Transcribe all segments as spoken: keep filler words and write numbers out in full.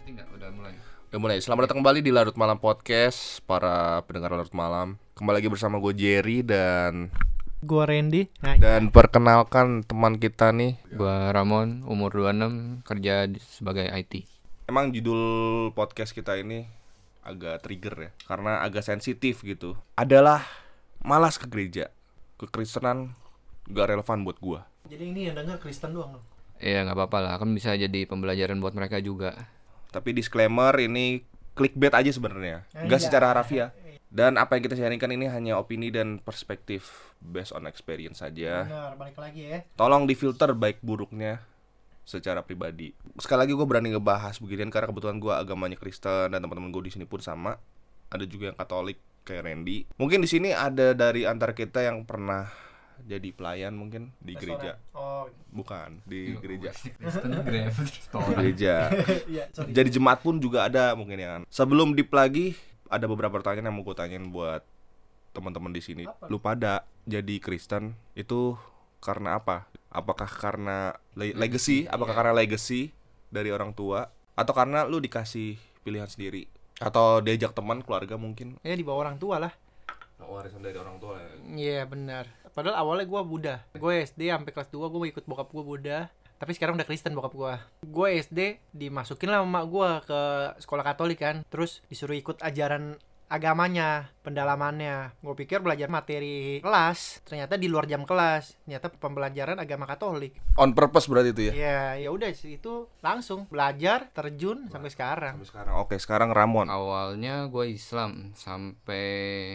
Testing nggak? Udah mulai. Udah mulai. Selamat datang kembali di Larut Malam Podcast, para pendengar Larut Malam. Kembali lagi bersama gue Jerry dan gue Randy. Nah, dan perkenalkan teman kita nih. Gua Ramon, umur dua puluh enam, kerja di, sebagai I T. Emang judul podcast kita ini agak trigger ya, karena agak sensitif gitu. Adalah malas ke gereja. Kekristenan gak relevan buat gue. jadi ini yang denger Kristen doang loh. Iya nggak apa-apa lah, kan bisa jadi pembelajaran buat mereka juga. Tapi disclaimer, ini clickbait aja sebenarnya, nggak secara harafiah. Dan apa yang kita sharingkan ini hanya opini dan perspektif based on experience saja. Benar, balik lagi ya. Tolong difilter baik buruknya secara pribadi. Sekali lagi gue berani ngebahas beginian karena kebetulan gue agamanya Kristen dan teman-teman gue di sini pun sama. Ada juga yang Katolik kayak Randy. Mungkin di sini ada dari antara kita yang pernah jadi pelayan mungkin di gereja. Oh, Bukan, di gereja. Kristen Grab Di gereja. iya, sorry. Jadi jemaat pun juga ada mungkin ya kan. Sebelum deep lagi, ada beberapa pertanyaan yang mau gue tanyain buat teman-teman di sini. Apa? Lu pada jadi Kristen itu karena apa? Apakah karena le- legacy? Apakah karena legacy dari orang tua? Atau karena lu dikasih pilihan sendiri? Atau diajak teman, keluarga mungkin? Ya di bawah orang tua lah. Warisan dari orang tua ya. Iya, benar. Padahal awalnya gue Buddha. Gue S D sampai kelas dua gue ikut bokap gue Buddha. Tapi sekarang udah Kristen bokap gue. Gue S D dimasukin lah sama mak gue ke sekolah Katolik kan. Terus disuruh ikut ajaran agamanya, pendalamannya. Gue pikir belajar materi kelas, ternyata di luar jam kelas. Ternyata pembelajaran agama Katolik. On purpose berarti itu ya? Ya, ya udah itu langsung belajar, terjun sampai sekarang. Sampai sekarang. Oke, sekarang Ramon. Awalnya gue Islam sampai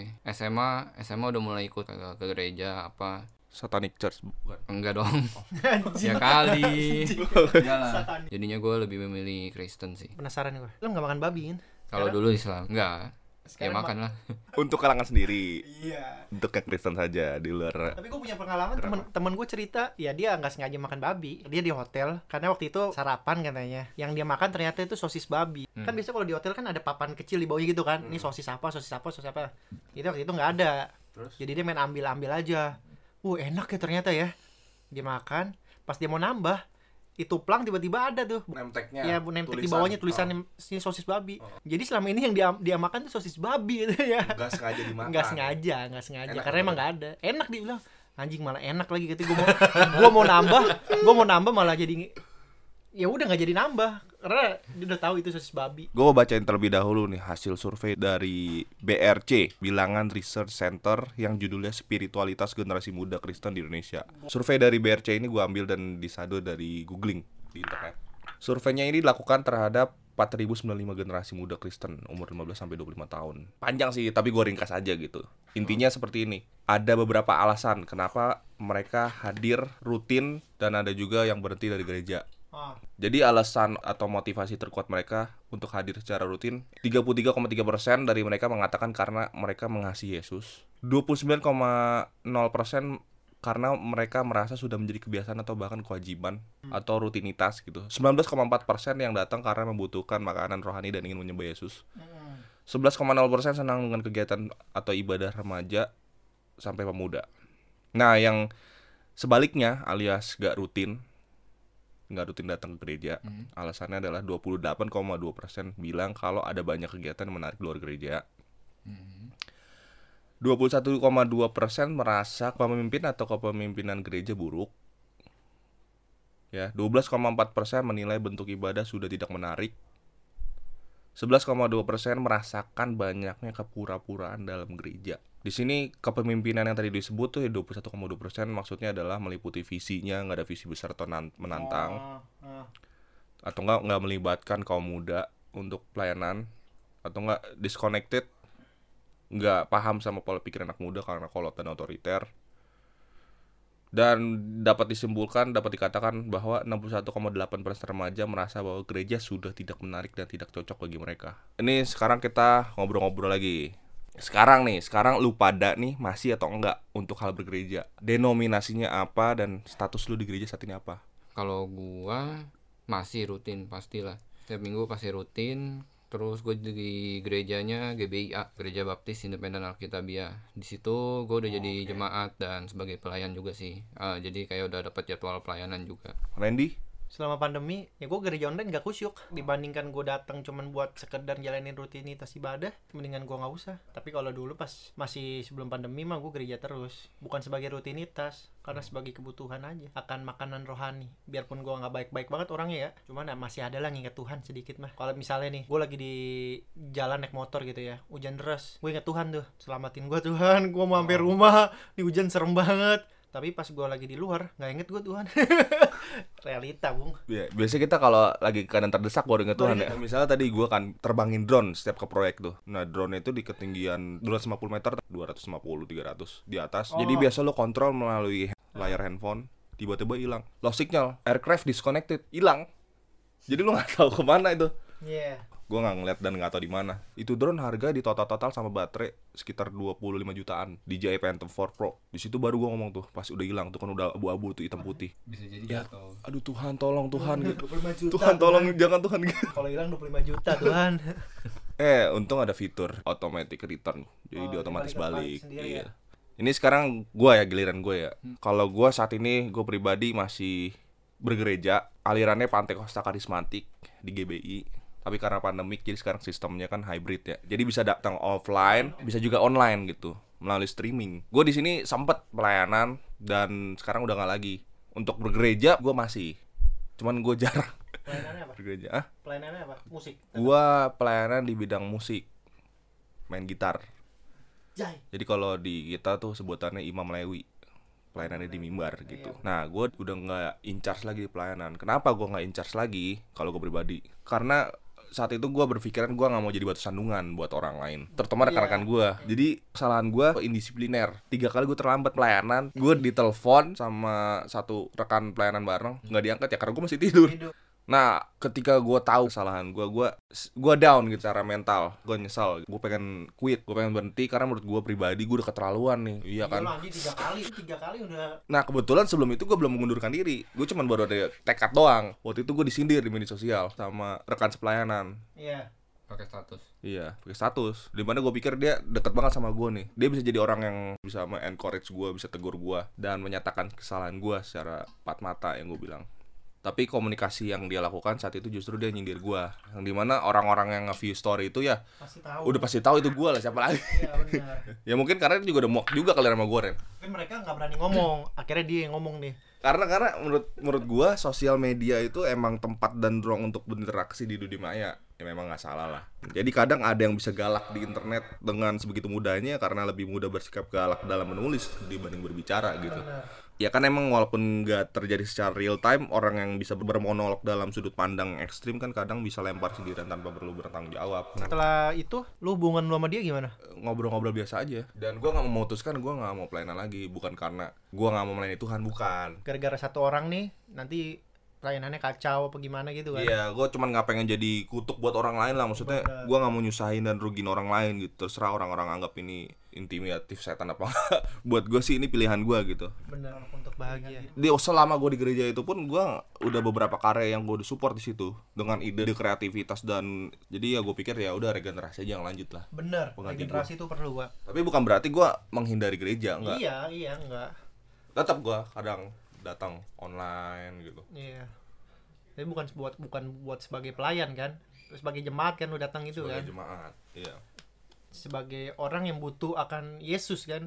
S M A, S M A udah mulai ikut ke, ke gereja apa. Satanic Church bukan? Enggak dong. Ya kali. Enggak lah. Satanis. Jadinya gue lebih memilih Kristen sih. Penasaran gue. Lu enggak makan babi kan? Kalau dulu Islam, enggak. Ya Sekarang makan lah. Untuk kalangan sendiri. Iya. Untuk yang Kristen saja di luar. Tapi gue punya pengalaman, temen temen gue cerita, ya dia nggak sengaja makan babi. Dia di hotel karena waktu itu sarapan katanya. Yang dia makan ternyata itu sosis babi. Hmm. Kan biasa kalau di hotel kan ada papan kecil di bawahnya gitu kan. Ini sosis apa, sosis apa, sosis apa. Itu waktu itu nggak ada. Terus? Jadi dia main ambil-ambil aja. Uh enak ya ternyata ya. Dia makan, pas dia mau nambah, itu plang tiba-tiba ada tuh. Nemteknya. Ya, nemtek di bawahnya tulisan ini sosis babi. Jadi selama ini yang dia dia makan tuh sosis babi gitu ya. Enggak sengaja dimakan. Nggak sengaja, nggak sengaja. Enak Karena apa emang ya? nggak ada. Enak dia bilang. Anjing malah enak lagi gitu. Gue mau gue mau nambah, gue mau nambah malah jadi ya udah nggak jadi nambah karena dia udah tahu itu sosis babi. Gue mau bacain terlebih dahulu nih hasil survei dari B R C, Bilangan Research Center, yang judulnya Spiritualitas Generasi Muda Kristen di Indonesia. Survei dari B R C ini gue ambil dan disado dari googling di internet. Surveinya ini dilakukan terhadap empat ribu sembilan puluh lima generasi muda Kristen umur lima belas sampai dua puluh lima tahun. Panjang sih, tapi gue ringkas aja gitu. Intinya seperti ini. Ada beberapa alasan kenapa mereka hadir rutin dan ada juga yang berhenti dari gereja. Ah. Jadi alasan atau motivasi terkuat mereka untuk hadir secara rutin, tiga puluh tiga koma tiga persen dari mereka mengatakan karena mereka mengasihi Yesus. dua puluh sembilan koma nol persen karena mereka merasa sudah menjadi kebiasaan atau bahkan kewajiban hmm. atau rutinitas gitu. sembilan belas koma empat persen yang datang karena membutuhkan makanan rohani dan ingin menyembah Yesus. Hmm. sebelas koma nol persen senang dengan kegiatan atau ibadah remaja sampai pemuda. Nah, yang sebaliknya alias gak rutin nggak rutin datang ke gereja. Hmm. Alasannya adalah dua puluh delapan koma dua persen bilang kalau ada banyak kegiatan yang menarik luar gereja. Hmm. dua puluh satu koma dua persen merasa pemimpin atau kepemimpinan gereja buruk. Ya, dua belas koma empat persen menilai bentuk ibadah sudah tidak menarik. sebelas koma dua persen merasakan banyaknya kepura-puraan dalam gereja. Di sini kepemimpinan yang tadi disebut tuh ya dua puluh satu koma dua persen maksudnya adalah meliputi visinya, nggak ada visi besar atau menantang, Oh, oh. atau nggak nggak melibatkan kaum muda untuk pelayanan, atau nggak disconnected, nggak paham sama pola pikir anak muda karena kolot dan otoriter. Dan dapat disimpulkan, dapat dikatakan bahwa enam puluh satu koma delapan persen remaja merasa bahwa gereja sudah tidak menarik dan tidak cocok bagi mereka. Ini sekarang kita ngobrol-ngobrol lagi. Sekarang nih, sekarang lu pada nih masih atau enggak untuk hal bergereja? Denominasinya apa dan status lu di gereja saat ini apa? Kalau gua masih rutin pastilah. Setiap minggu pasti rutin. Terus gue di gerejanya G B I A, Gereja Baptis Independen Alkitabiah. Di situ gue udah oh, jadi okay. jemaat dan sebagai pelayan juga sih. Uh, jadi kayak udah dapat jadwal pelayanan juga. Randy? selama pandemi ya gue gereja online gak kusyuk dibandingkan gue datang cuman buat sekedar jalanin rutinitas ibadah, mendingan gue nggak usah. Tapi kalau dulu pas masih sebelum pandemi mah gue gereja terus, bukan sebagai rutinitas karena sebagai kebutuhan aja, akan makanan rohani. Biarpun gue nggak baik-baik banget orangnya ya, cuman ya masih ada lah nginget Tuhan sedikit mah. Kalau misalnya nih gue lagi di jalan naik motor gitu ya, hujan deras, gue inget Tuhan tuh, selamatin gue Tuhan, gue mau sampai rumah di hujan serem banget. Tapi pas gue lagi di luar nggak inget gue Tuhan. Realita bung. Ya, biasanya kita kalau lagi keadaan terdesak baru inget Tuhan ya. Misalnya tadi gue kan terbangin drone setiap ke proyek tuh. Nah drone itu di ketinggian dua ratus lima puluh meter, dua ratus lima puluh, tiga ratus di atas. Oh. Jadi biasa lo kontrol melalui layar handphone, tiba-tiba hilang. Lost signal, aircraft disconnected, hilang. Jadi lo nggak tahu kemana itu. Iya. Yeah. Gue nggak ngeliat dan nggak tahu di mana. Itu drone harga di total-total sama baterai sekitar dua puluh lima jutaan. D J I Phantom empat Pro. Di situ baru gue ngomong tuh, pas udah hilang tuh kan udah abu-abu tuh hitam putih. Bisa jadi ya, jatuh. Aduh Tuhan tolong Tuhan gitu. dua puluh lima juta, Tuhan tolong Tuhan. Jangan Tuhan gitu. Kalau hilang dua puluh lima juta Tuhan. Eh untung ada fitur automatic return. Jadi oh, dia otomatis balik. Iya. Ya? Ini sekarang gue ya giliran gue ya. Hmm. Kalau gue saat ini gue pribadi masih bergereja. Alirannya Pantai Costa Karismatik di G B I. Tapi karena pandemik jadi sekarang sistemnya kan hybrid ya. Jadi bisa datang offline, bisa juga online gitu melalui streaming. Gue di sini sempet pelayanan dan sekarang udah nggak lagi. Untuk bergereja gue masih, cuman gue jarang. Pelayanannya apa? Bergereja, ah? Pelayanannya apa? Musik. Gue pelayanan di bidang musik, main gitar. Jai. Jadi kalau di kita tuh sebutannya Imam Lewi. Pelayanannya di mimbar gitu. Nah gue udah nggak in charge lagi di pelayanan. Kenapa gue nggak in charge lagi kalau gue pribadi? Karena saat itu gue berpikiran gue nggak mau jadi batu sandungan buat orang lain, terutama rekan-rekan gue. Jadi kesalahan gue indisipliner. Tiga kali gue terlambat pelayanan, gue ditelepon sama satu rekan pelayanan bareng, nggak diangkat ya karena gue masih tidur. Nah ketika gue tahu kesalahan gue, gue gue down gitu secara mental, gue nyesal, gue pengen quit, gue pengen berhenti karena menurut gue pribadi gue udah keterlaluan nih, iya kan? Iya tiga kali, tiga kali udah. Nah kebetulan sebelum itu gue belum mengundurkan diri, gue cuma baru ada tekad doang. Waktu itu gue disindir di media sosial sama rekan sepelayanan. Iya. Pakai status. Iya, pakai status. Dimana gue pikir dia deket banget sama gue nih. Dia bisa jadi orang yang bisa me-encourage gue, bisa tegur gue dan menyatakan kesalahan gue secara empat mata yang gue bilang. Tapi komunikasi yang dia lakukan saat itu justru dia nyindir gue. Yang dimana orang-orang yang nge-view story itu ya pasti tahu. Udah pasti tahu itu gue lah, siapa lagi. Iya benar. Ya mungkin karena dia juga udah muak juga kali sama gue Ren. Mungkin mereka nggak berani ngomong, akhirnya dia yang ngomong nih. Karena karena menurut menurut gue sosial media itu emang tempat dan ruang untuk berinteraksi di dunia maya. Ya memang nggak salah lah. Jadi kadang ada yang bisa galak di internet dengan sebegitu mudahnya karena lebih mudah bersikap galak dalam menulis dibanding berbicara gitu. Benar. Ya kan emang walaupun nggak terjadi secara real time, orang yang bisa bermonolog dalam sudut pandang ekstrim kan kadang bisa lempar sindiran tanpa perlu bertanggung jawab. Nah, setelah itu, lu hubungan lu sama dia gimana? Ngobrol-ngobrol biasa aja. Dan gue nggak mau memutuskan gue nggak mau pelayanan lagi, bukan karena gue nggak mau melayani Tuhan, bukan. Gara-gara satu orang nih, nanti pelayanannya kacau apa gimana gitu kan? Iya, gue cuman nggak pengen jadi kutuk buat orang lain lah, maksudnya gue nggak mau nyusahin dan rugiin orang lain gitu. Terserah orang-orang anggap ini intimidatif setan apa enggak. Buat gue sih ini pilihan gue gitu. Bener, untuk bahagia. Di selama gue di gereja itu pun gue udah beberapa karya yang gue support di situ dengan ide kreativitas dan jadi ya gue pikir ya udah regenerasi aja yang lanjut lah. Bener, regenerasi itu perlu Pak. Tapi bukan berarti gue menghindari gereja, enggak. Iya, iya enggak. Tetap gue kadang datang online gitu. Iya. Tapi bukan buat bukan buat sebagai pelayan kan, sebagai jemaat kan lu datang itu sebagai kan. Sebagai jemaat, iya. Sebagai orang yang butuh akan Yesus kan.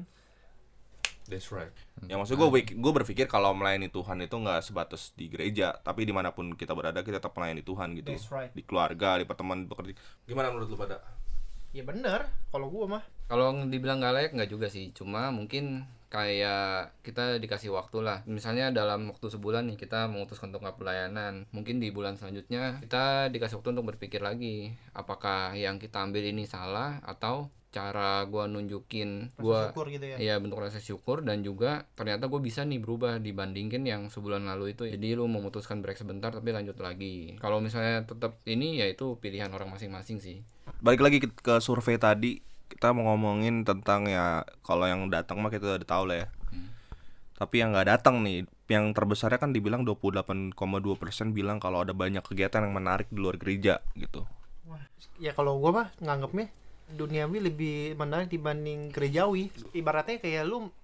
That's right. Ya maksud gue, gue berpikir kalau melayani Tuhan itu nggak sebatas di gereja, tapi dimanapun kita berada kita tetap melayani Tuhan gitu. That's right. Di keluarga, di pertemanan, bekerja. Gimana menurut lu pada? Ya benar, kalau gue mah. Kalau dibilang nggak layak nggak juga sih, cuma mungkin kayak kita dikasih waktu lah. Misalnya dalam waktu sebulan nih kita memutuskan untuk nggak pelayanan, mungkin di bulan selanjutnya kita dikasih waktu untuk berpikir lagi apakah yang kita ambil ini salah atau cara gue nunjukin gue gitu ya? Iya, bentuk rasa syukur dan juga ternyata gue bisa nih berubah dibandingin yang sebulan lalu itu. Jadi lu memutuskan break sebentar tapi lanjut lagi. Kalau misalnya tetap ini ya itu pilihan orang masing-masing sih. Balik lagi ke, ke survei tadi, kita mau ngomongin tentang ya kalau yang datang mah kita udah tahu lah ya. Hmm. Tapi yang nggak datang nih, yang terbesarnya kan dibilang dua puluh delapan koma dua persen bilang kalau ada banyak kegiatan yang menarik di luar gereja gitu. Wah, ya kalau gue mah nganggapnya duniawi lebih menarik dibanding gerejawi. Ibaratnya kayak lu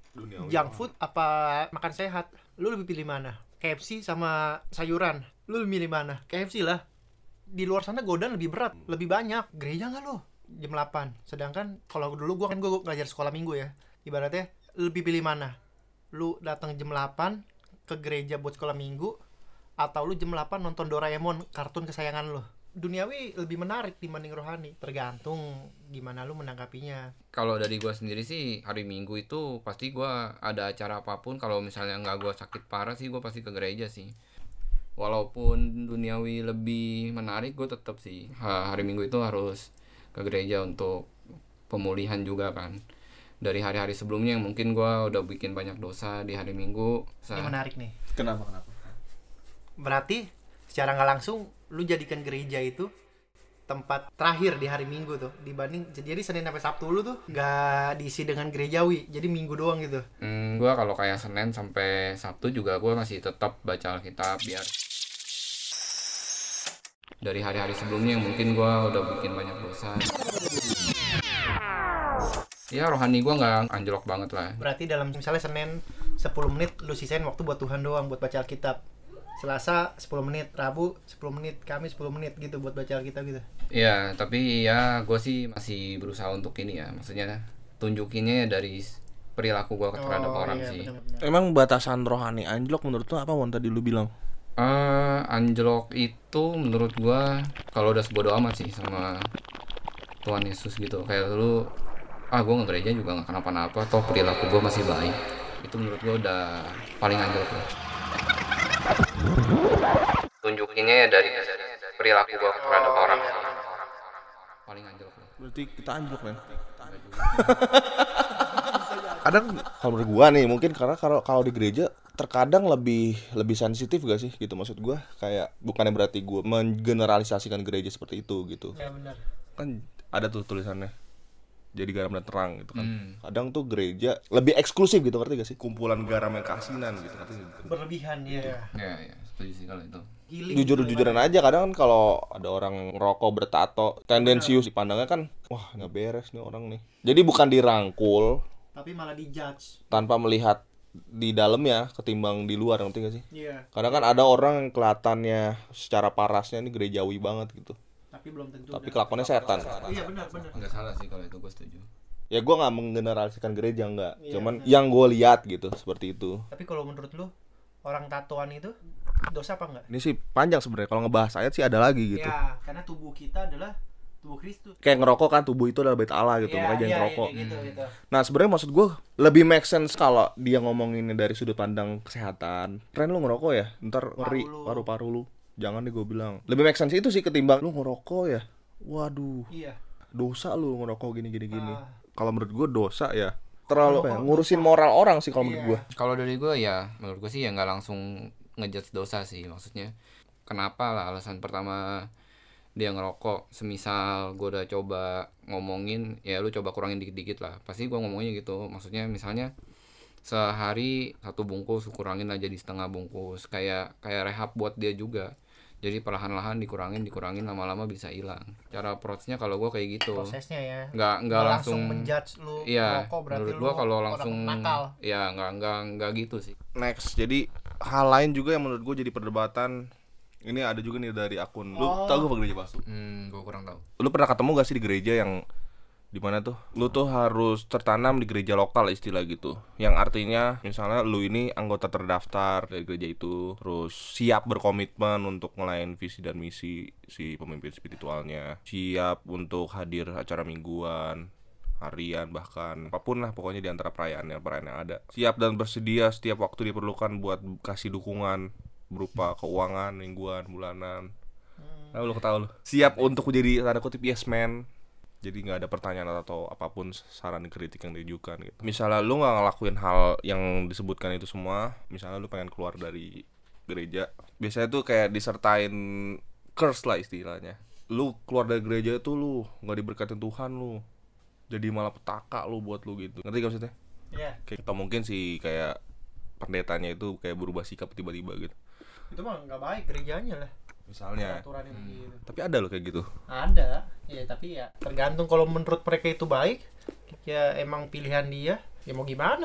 Dunia junk food apa makan sehat? Lu lebih pilih mana? K F C sama sayuran. Lu lebih milih mana? K F C lah. Di luar sana godaan lebih berat, lebih banyak. Gereja nggak lo? Jam delapan. Sedangkan kalau dulu gua kan gua ngajar sekolah minggu ya. Ibaratnya lebih pilih mana? Lu datang jam delapan ke gereja buat sekolah minggu atau lu jam delapan nonton Doraemon, kartun kesayangan lu? Duniawi lebih menarik dibanding rohani. Tergantung gimana lu menanggapinya. Kalau dari gua sendiri sih hari Minggu itu pasti gua ada acara apapun, kalau misalnya nggak gua sakit parah sih gua pasti ke gereja sih. Walaupun duniawi lebih menarik, gue tetap sih hari Minggu itu harus ke gereja untuk pemulihan juga kan. Dari hari-hari sebelumnya yang mungkin gue udah bikin banyak dosa di hari Minggu. Ini menarik nih. Kenapa kenapa? Berarti secara nggak langsung lu jadikan gereja itu tempat terakhir di hari Minggu tuh, dibanding jadi Senin sampai Sabtu lu tuh nggak diisi dengan gerejawi, jadi Minggu doang gitu. Hmm, gue kalau kayak Senin sampai Sabtu juga gue masih tetap baca Alkitab biar dari hari-hari sebelumnya yang mungkin gue udah bikin banyak dosa. Ya rohani gue nggak anjlok banget lah. Berarti dalam misalnya Senin sepuluh menit lu sisain waktu buat Tuhan doang, buat baca Alkitab. Selasa sepuluh menit, Rabu sepuluh menit, Kamis sepuluh menit gitu buat baca Alkitab gitu. Iya, tapi ya gue sih masih berusaha untuk ini ya, maksudnya tunjukinnya dari perilaku gue terhadap Oh, orang iya, sih. bener-bener. Emang batasan rohani anjlok menurut lu apa, Won, tadi lu bilang? Uh, anjlok itu menurut gue kalau udah sebodo amat sih sama Tuhan Yesus gitu. Kayak lu, ah gue nge-gereja juga gak kenapa-napa, toh perilaku gue masih baik. Itu menurut gue udah paling anjlok lah. Tunjukinnya ya dari perilaku gue terhadap orang sih. Paling anjlok lah. Berarti kita anjlok, men. Kadang kalau menurut gua nih, mungkin karena kalau kalau di gereja terkadang lebih lebih sensitif gak sih gitu, maksud gua kayak bukannya berarti gua menggeneralisasikan gereja seperti itu gitu. Ya benar. Kan ada tuh tulisannya jadi garam dan terang gitu kan. Hmm. Kadang tuh gereja lebih eksklusif gitu, ngerti gak sih? Kumpulan garam yang keasinan gitu, ngerti gak? Berlebihan ya. Ya, ya, setuju sih kalau itu. Healing Jujur-jujuran aja kadang kan kalau ada orang ngerokok bertato tendensius dipandangnya kan, wah nggak beres nih orang nih. Jadi bukan dirangkul tapi malah dijudge. tanpa melihat di dalamnya ketimbang di luar, ngerti gak sih? Iya. Kadang kan ada orang yang kelihatannya secara parasnya ini gerejawi banget gitu, Tapi belum tentu. tapi kelakuannya setan. Iya benar benar. Enggak salah sih kalau itu, gue setuju. Ya gue nggak menggeneralisasikan gereja, nggak. Iya, Cuman bener. yang gue lihat gitu seperti itu. Tapi kalau menurut lu orang tatoan itu dosa apa enggak? Ini sih panjang sebenarnya. Kalau ngebahas ayat sih ada lagi gitu. Ya, karena tubuh kita adalah tubuh Kristus. Kayak ngerokok kan, tubuh itu adalah bait Allah gitu, Ya, makanya jangan iya, ngerokok. iya, gitu, gitu. Nah sebenarnya maksud gue lebih make sense kalau dia ngomonginnya dari sudut pandang kesehatan. Keren lu ngerokok ya, ntar ngeri lu. paru-paru lu. Jangan deh gue bilang. Lebih make sense itu sih ketimbang lu ngerokok ya. Waduh, Iya. dosa lu ngerokok gini-gini gini. Ah. Kalau menurut gue dosa ya. Terlalu apa ya, Ngerokok ngurusin moral orang sih kalau menurut Iya. gue. Kalau dari gue ya, menurut gue sih ya nggak langsung ngejudge dosa sih, maksudnya kenapa lah, alasan pertama dia ngerokok, semisal gue udah coba ngomongin, ya lu coba kurangin dikit-dikit lah, pasti gue ngomongnya gitu, maksudnya misalnya sehari satu bungkus kurangin lah jadi setengah bungkus, kayak kayak rehab buat dia juga, jadi perlahan-lahan dikurangin dikurangin lama-lama bisa hilang. Cara approach-nya kalau gue kayak gitu, Prosesnya ya. nggak nggak langsung, menjudge lu iya, rokok, berarti menurut lu gue kalau orang langsung nakal. ya nggak nggak nggak gitu sih. Next, jadi hal lain juga yang menurut gue jadi perdebatan. Ini ada juga nih dari akun. Lu Oh. tau gue apa gereja Pasu? Hmm, gue kurang tahu. Lu pernah ketemu gak sih di gereja yang di mana tuh lu tuh harus tertanam di gereja lokal istilah gitu, yang artinya misalnya lu ini anggota terdaftar dari gereja itu, terus siap berkomitmen untuk ngelayan visi dan misi si pemimpin spiritualnya, siap untuk hadir acara mingguan, harian, bahkan apapun lah pokoknya di antara perayaan yang perayaan yang ada, siap dan bersedia setiap waktu diperlukan buat kasih dukungan berupa keuangan mingguan, bulanan. Nah, lu ketawa lu. Siap untuk menjadi tanda kutip yes man. Jadi nggak ada pertanyaan atau apapun saran kritik yang diajukan gitu. Misalnya lu nggak ngelakuin hal yang disebutkan itu semua, misalnya lu pengen keluar dari gereja, biasanya tuh kayak disertain curse lah istilahnya. Lu keluar dari gereja itu lu nggak diberkatin Tuhan lu, jadi malah petaka lu buat lu gitu. Ngerti gak maksudnya? Iya. Kayak atau mungkin sih kayak pendetanya itu kayak berubah sikap tiba-tiba gitu. Itu mah nggak baik gerejanya lah. Misalnya. Aturannya begitu. Tapi ada loh kayak gitu. Ada, ya tapi ya tergantung, kalau menurut mereka itu baik, ya emang pilihan dia, ya mau gimana.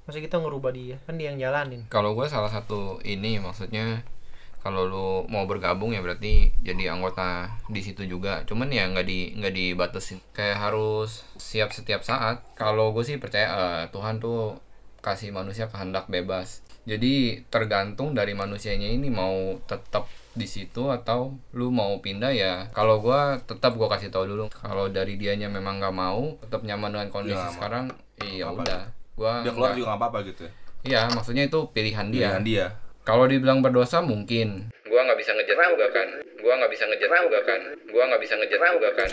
Masa kita ngerubah dia, kan dia yang jalanin. Kalau gue salah satu ini maksudnya kalau lu mau bergabung ya berarti jadi anggota di situ juga. Cuman ya nggak di nggak dibatasin. Kayak harus siap setiap saat. Kalau gue sih percaya uh, Tuhan tuh kasih manusia kehendak bebas. Jadi tergantung dari manusianya ini mau tetap di situ atau lu mau pindah ya. Kalau gue tetap gue kasih tahu dulu. Kalau dari dianya memang nggak mau, tetap nyaman dengan kondisi Ya, sekarang, iya apa? udah. Gua Dia keluar nggak- juga nggak apa-apa gitu ya. Iya, maksudnya itu pilihan dia. Pilihan dia. Kalau dibilang berdosa mungkin. Gua nggak bisa ngejat juga kan. Gua nggak bisa ngejat juga kan. Gua nggak bisa ngejat juga kan.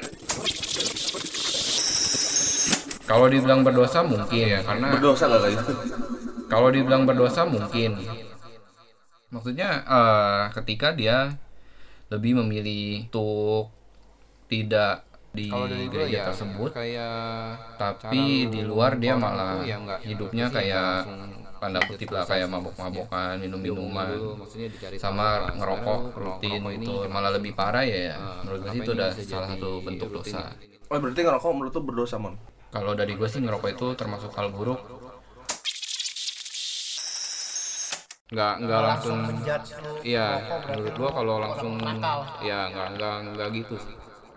Kalau dibilang berdosa mungkin ya karena Berdosa gak kayak gitu? kalau dibilang berdosa mungkin. Maksudnya eh, ketika dia lebih memilih untuk tidak di Kalau dari gua gereja ya, tersebut, kayak tapi di luar dia orang malah tuh ya nggak- hidupnya nggak sih, kayak nggak langsung tanda kutip lah kayak mabok-mabokan, minum-minuman, dulu, maksudnya dicari tahu sama lah. ngerokok Sekarang rutin ngerokok ini itu kenapa malah sih? lebih parah ya, ya. Nah, Menurut gue kenapa sih itu ini udah bisa salah jadi satu bentuk rutin? dosa. Oh berarti ngerokok menurut lu berdosa, Mon? Kalau dari gue sih ngerokok itu termasuk hal buruk. Nggak nggak langsung, menjudge lu iya. ngerokok berarti Menurut lu gue kalau orang langsung, nakal. ya nggak nggak nggak gitu sih.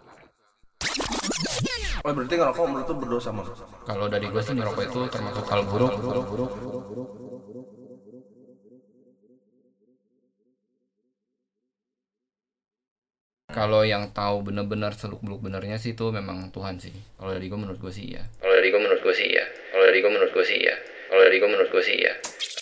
Oh berarti ngerokok menurut lu berdosa, Mon? Kalau dari gue sih ngerokok itu termasuk hal buruk. Hal buruk. Kalau yang tahu benar-benar seluk-beluk benernya sih itu memang Tuhan sih. Kalau dari gue menurut gue sih ya. Kalau dari gue menurut gue sih ya. Kalau dari gue menurut gue sih ya. Kalau dari gue menurut gue sih ya.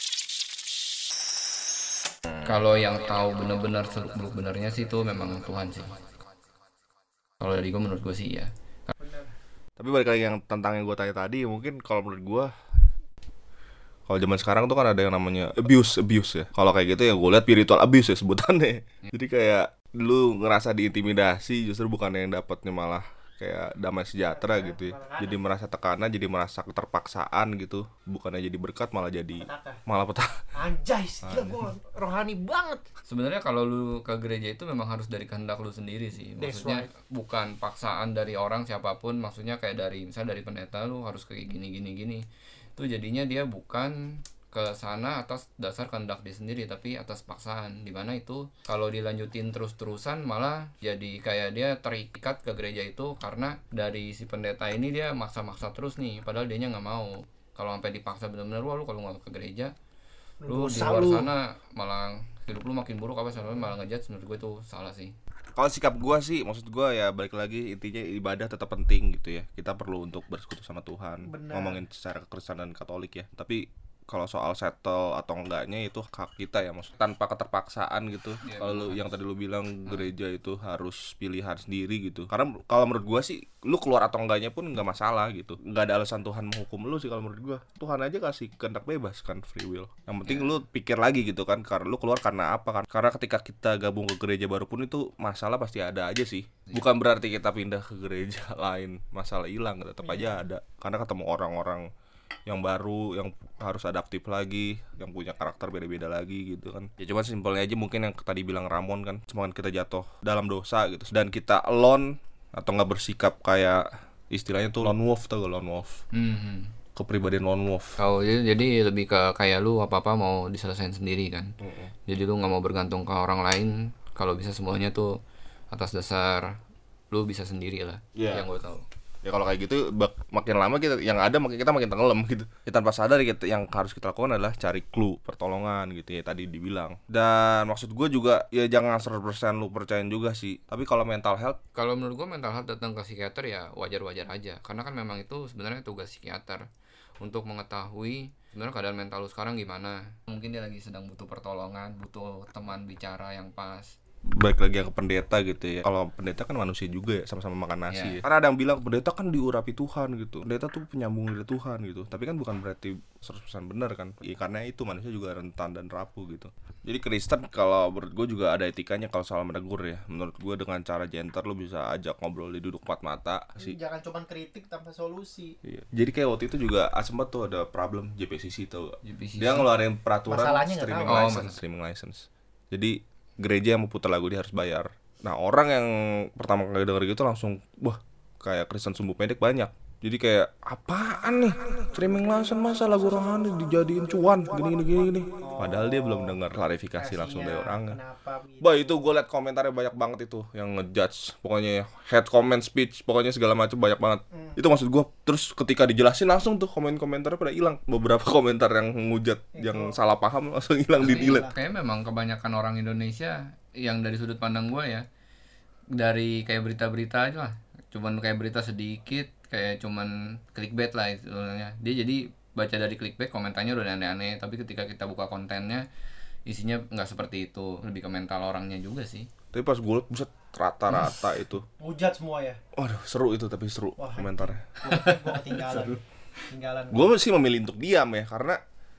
Kalau yang tahu benar-benar seluk-beluk benernya sih itu memang Tuhan sih. Kalau dari gue menurut gue sih ya. Tapi balik lagi yang tentang yang gue tanya tadi, mungkin kalau menurut gue, kalau zaman sekarang tuh kan ada yang namanya abuse, abuse ya. Kalau kayak gitu ya gue lihat spiritual abuse ya sebutannya. Jadi kayak lu ngerasa diintimidasi, justru bukan yang dapatnya malah kayak damai sejahtera gitu ya. Jadi merasa tekanan, jadi merasa keterpaksaan gitu. Bukannya jadi berkat malah jadi malah petaka. Anjay, gila gue rohani banget. Sebenarnya kalau lu ke gereja itu memang harus dari kehendak lu sendiri sih. That's Maksudnya bukan paksaan dari orang siapapun. Maksudnya kayak dari misalnya dari pendeta lu harus kayak gini gini gini. Itu jadinya dia bukan ke sana atas dasar kehendak dia sendiri tapi atas paksaan. Dimana itu kalau dilanjutin terus-terusan malah jadi kayak dia terikat ke gereja itu karena dari si pendeta ini dia maksa-maksa terus nih. Padahal dianya nggak mau. Kalau sampai dipaksa benar-benar, wah lu kalau nggak ke gereja lu di Dosa luar lu. sana malah hidup lu makin buruk apa sampai malah ngejudge. Menurut gue itu salah sih. Kalau sikap gue sih, maksud gue ya balik lagi intinya ibadah tetap penting gitu ya. Kita perlu untuk bersekutu sama Tuhan. Benar. Ngomongin secara kekristenan dan Katolik ya. Tapi kalau soal settle atau enggaknya itu hak kita ya, maksud tanpa keterpaksaan gitu. Iya, Kalau lu benar. yang tadi lu bilang gereja itu harus pilihan sendiri gitu. Karena kalau menurut gua sih lu keluar atau enggaknya pun enggak masalah gitu. Enggak ada alasan Tuhan menghukum lu sih kalau menurut gua. Tuhan aja kasih kehendak bebas kan, free will. Yang penting lu pikir lagi gitu kan, karena lu keluar karena apa kan? Karena ketika kita gabung ke gereja baru pun itu masalah pasti ada aja sih. Bukan berarti kita pindah ke gereja lain masalah hilang, tetap aja ada. Karena ketemu orang-orang yang baru, yang harus adaptif lagi, yang punya karakter beda-beda lagi gitu kan. Ya cuma simpelnya aja mungkin yang tadi bilang Ramon kan, cuma kan kita jatuh dalam dosa gitu dan kita alone atau nggak bersikap kayak istilahnya tuh lone wolf, tau gak lone wolf, Hmm. kepribadian lone wolf. Kalau jadi, jadi lebih ke kayak lu apa-apa mau diselesain sendiri kan. Jadi lu nggak mau bergantung ke orang lain. Kalau bisa semuanya tuh atas dasar lu bisa sendiri lah. Iya. Yang gue tahu. Ya kalau kayak gitu bak- makin lama kita yang ada makin kita makin tenggelam gitu. Ya tanpa sadar kita yang harus kita lakukan adalah cari clue, pertolongan gitu ya tadi dibilang. Dan maksud gue juga ya jangan seratus persen lu percayain juga sih. Tapi kalau mental health Kalau menurut gue mental health datang ke psikiater ya wajar-wajar aja. Karena kan memang itu sebenarnya tugas psikiater untuk mengetahui sebenarnya keadaan mental lu sekarang gimana. Mungkin dia lagi sedang butuh pertolongan, butuh teman bicara yang pas. balik lagi ke pendeta gitu ya. Kalau pendeta kan manusia juga ya, sama-sama makan nasi Yeah. ya. Karena ada yang bilang pendeta kan diurapi Tuhan gitu. Pendeta tuh penyambung dari Tuhan gitu. Tapi kan bukan berarti seratus persen benar kan. Ya, karena itu manusia juga rentan dan rapuh gitu. Jadi Kristen kalau menurut gue juga ada etikanya kalau soal menegur ya. Menurut gue dengan cara gentle lu bisa ajak ngobrol di duduk empat mata sih. Jangan cuman kritik tanpa solusi. Iya. Jadi kayak waktu itu juga ah, sempat tuh ada problem J P C C tau gak? J P C C. Dia ngeluarin peraturan Masalahnya nggak streaming tahu. Oh, license, mas- streaming license. Jadi gereja yang mau putar lagu dia harus bayar. Nah orang yang pertama kali denger gitu langsung wah kayak Kristen sumbu pendek banyak. Jadi kayak apaan nih? Streaming license masa lagu rohani dijadiin cuan gini gini gini gini. Padahal dia belum dengar klarifikasi langsung dari orangnya. Kenapa gitu? Bah itu gue liat komentarnya banyak banget itu yang ngejudge, pokoknya head comment speech, pokoknya segala macam banyak banget. Hmm. Itu maksud gue. Terus ketika dijelasin langsung tuh komen-komentarnya pada hilang. Beberapa komentar yang ngehujat, yang salah paham langsung hilang di delete. Kayaknya memang kebanyakan orang Indonesia yang dari sudut pandang gue ya, dari kayak berita-berita aja lah, cuman kayak berita sedikit, kayak cuman clickbait lah istilahnya. Dia jadi baca dari clickbait komentarnya udah aneh-aneh, tapi ketika kita buka kontennya isinya nggak seperti itu, lebih ke mental orangnya juga sih. Tapi pas gue liat buset rata-rata itu Hujat semua ya. waduh seru itu, tapi seru. Wah, komentarnya. Gue ketinggalan. Ketinggalan. Gue sih memilih untuk diam ya, karena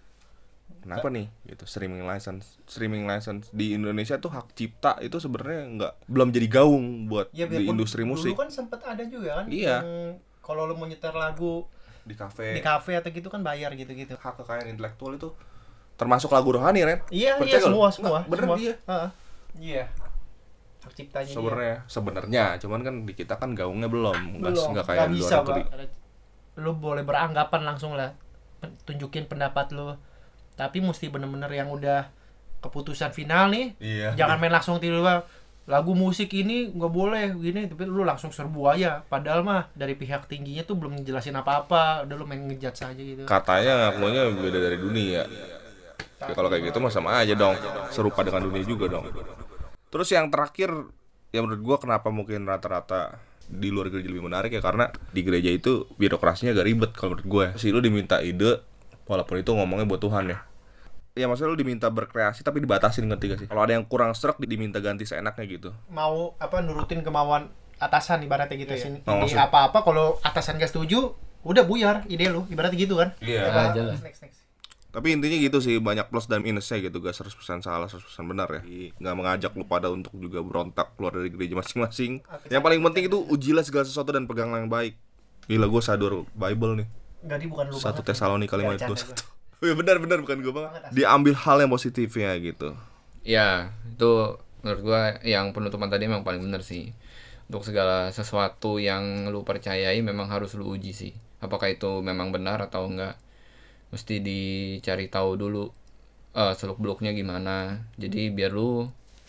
kenapa nih gitu, streaming license streaming license di Indonesia tuh hak cipta itu sebenarnya nggak belum jadi gaung buat Ya, di industri musik. Dulu kan sempet ada juga kan. Iya. Yang kalau lu mau nyetel lagu Di kafe. di kafe atau gitu kan bayar gitu-gitu. Hak kekayaan intelektual itu termasuk lagu rohani, Ren. Iya, Percaya iya nggak semua lu? semua. Nggak, bener semua. dia. Heeh. Iya. Hak ciptanya dia. Sebenarnya sebenarnya cuman kan di kita kan gaungnya belum nggak Belum, nggak kayak nggak di bisa, luar negeri. Pak. Lu boleh beranggapan langsung lah, pen- tunjukin pendapat lu, tapi mesti bener-bener yang udah keputusan final nih. Iya. Jangan main langsung tiba-tiba lagu musik ini nggak boleh gini, tapi lu langsung serbu aja, padahal mah dari pihak tingginya tuh belum ngejelasin apa-apa, udah lu main ngejudge aja gitu. Katanya ngakunya beda dari dunia. Ya kalau kayak gitu mah sama aja dong, serupa dengan dunia juga dong. Terus yang terakhir, yang menurut gua kenapa mungkin rata-rata di luar gereja lebih menarik ya, karena di gereja itu birokrasinya agak ribet kalau menurut gue. Si lu diminta ide, walaupun itu ngomongnya buat Tuhan ya. Ya maksudnya lu diminta berkreasi tapi dibatasin, ngerti gak sih? Kalau ada yang kurang serak diminta ganti seenaknya gitu. Mau apa nurutin kemauan atasan ibaratnya gitu ya. Oh, Ini maksud- apa-apa kalau atasan gak setuju, udah buyar ide lu, ibaratnya gitu kan. Iya. Coba, Aja lah. next next. Tapi intinya gitu sih, banyak plus dan minusnya gitu, gak seratus persen salah, seratus persen benar ya. Gak mengajak lu pada untuk juga berontak keluar dari gereja masing-masing. Yang paling penting itu ujilah segala sesuatu dan peganglah yang baik. Gila, gue sadar Bible nih. Enggak, di bukan lu Satu banget. Tesalonika lima Nggak, ayat dua bercanda puluh satu. Ya benar-benar bukan gue banget. Banget, asli. Diambil hal yang positifnya gitu. Ya, itu menurut gua yang penutupan tadi memang paling benar sih. Untuk segala sesuatu yang lu percayai memang harus lu uji sih. Apakah itu memang benar atau enggak. Mesti dicari tahu dulu uh, seluk-beluknya gimana. Jadi biar lu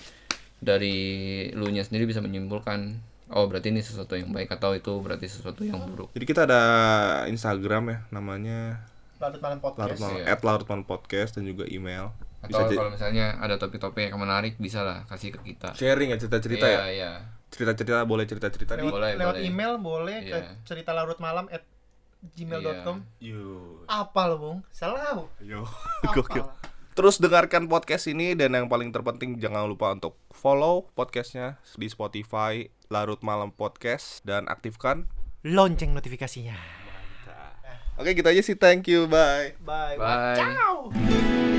dari lu nya sendiri bisa menyimpulkan, oh berarti ini sesuatu yang baik atau itu berarti sesuatu yang buruk. Jadi kita ada Instagram ya, namanya Larut Malam Larut Podcast. Malam, Iya. at Larut Malam Podcast, dan juga email. Atau Bisa kalau misalnya ada topik-topik yang menarik bisa lah kasih ke kita. sharing ya, cerita-cerita Iya, ya. iya. Cerita-cerita boleh cerita-cerita di Lewat, Boleh, lewat boleh. email boleh ke Iya. cerita larut malam at gmail dot com. Yo. Apa lo, Bung? Salah lu. Yo. Apa? Gokil. Terus dengarkan podcast ini, dan yang paling terpenting jangan lupa untuk follow podcastnya di Spotify Larut Malam Podcast dan aktifkan. Lonceng notifikasinya. Oke, gitu aja sih. Thank you. Bye. Bye. Bye. Ciao.